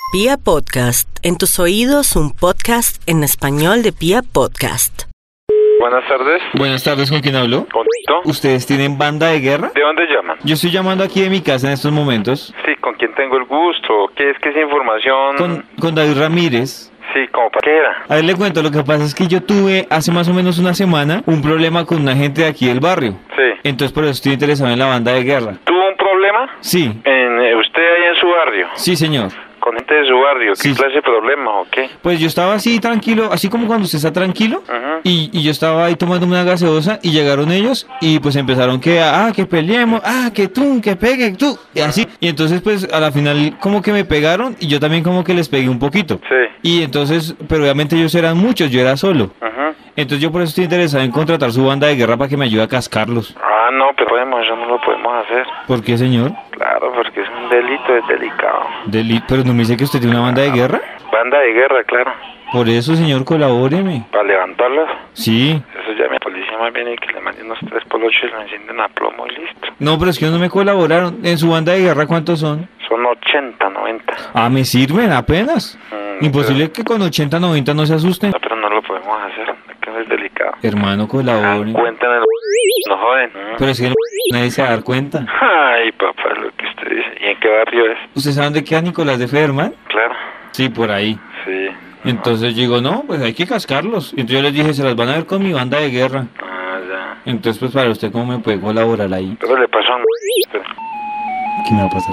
Pia Podcast, en tus oídos un podcast en español de Pia Podcast. Buenas tardes. Buenas tardes, ¿con quién hablo? ¿Con Tito? ¿Ustedes tienen banda de guerra? ¿De dónde llaman? Yo estoy llamando aquí de mi casa en estos momentos. Sí, ¿con quién tengo el gusto? ¿Qué es que esa información? Con David Ramírez. Sí, ¿como para qué era? A ver, le cuento, lo que pasa es que yo tuve hace más o menos una semana un problema con una gente de aquí del barrio. Sí. Entonces por eso estoy interesado en la banda de guerra. ¿Tuvo un problema? Sí, ¿Usted ahí en su barrio? sí señor. ¿Con gente de su barrio? ¿Qué Sí. clase de problema o qué? Pues yo estaba así tranquilo, así como cuando usted está tranquilo. Ajá. Y yo estaba ahí tomando una gaseosa y llegaron ellos y pues empezaron que peleemos, que tú, que pegue tú, y así. Y entonces pues a la final como que me pegaron y yo también como que les pegué un poquito. Sí. Y entonces, pero obviamente ellos eran muchos, yo era solo. Ajá. Entonces yo por eso estoy interesado en contratar su banda de guerra para que me ayude a cascarlos. Ah, no, pero eso no lo podemos hacer. ¿Por qué, señor? Claro, porque es un delito, es delicado. Pero no me dice que usted tiene una banda de guerra. Banda de guerra, claro. Por eso, señor, colabóreme. ¿Para levantarlos? Sí. Eso ya mi policía más bien y que le mande unos 3 por 8 y lo encienden a plomo y listo. No, pero es que no me colaboraron. En su banda de guerra, ¿cuántos son? Son 80, 90. Ah, me sirven apenas. Imposible que con 80, 90 no se asusten. No, pero no lo podemos hacer, es que es delicado. Hermano, colabore. Cuentan el... No joden. Pero es que nadie se va a dar cuenta. Ay, papá, lo que usted dice. ¿Y en qué barrio es? ¿Usted sabe dónde queda Nicolás de Federman? Claro. Sí, por ahí. Sí. Entonces yo digo, no, pues hay que cascarlos. Entonces yo les dije, se las van a ver con mi banda de guerra. Ah, ya. Entonces, pues para usted, ¿cómo me puede colaborar ahí? Pero le pasó a un... ¿Qué me va a pasar?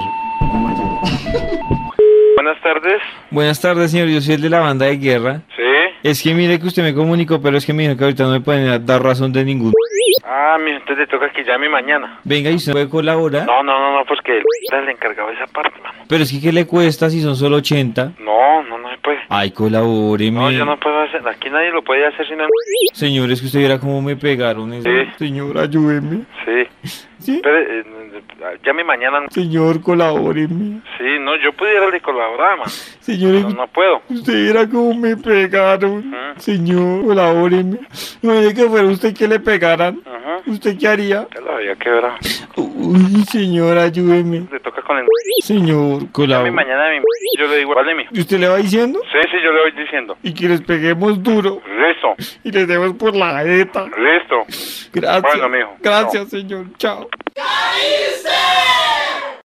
Buenas tardes. Buenas tardes, señor. Yo soy el de la banda de guerra. Sí. Es que mire que usted me comunicó, pero es que me dijo que ahorita no me pueden dar razón de ningún. Ah, mi entonces le toca que llame mañana. Venga, ¿y usted puede colaborar? No, porque él es el encargado de esa parte, mano. Pero es que ¿qué le cuesta si son solo 80? No se puede. Ay, colabóreme. No, yo no puedo hacer. Aquí nadie lo puede hacer sin el... Señor, es que usted viera cómo me pegaron eso. Sí. Señor, ayúdeme. Sí. ¿Sí? Pero llame mañana. Señor, colabóreme. Sí, no, yo pudiera le colaborar, man. Señor, No puedo. usted viera cómo me pegaron. Señor, colabóreme. Imagínese que fuera usted que le pegaran. Ajá. ¿Usted qué haría? Ya lo había quebrado. Uy, señor, ayúdeme. Le toca con el... Señor, Llame colabóreme. mañana a mi... Yo le digo, vale, mi... ¿Y usted le va diciendo? Sí, yo le voy diciendo. Y que les peguemos duro. Listo. Y les demos por la jeta. Listo. Gracias. Bueno, mijo. Gracias, señor. Chao.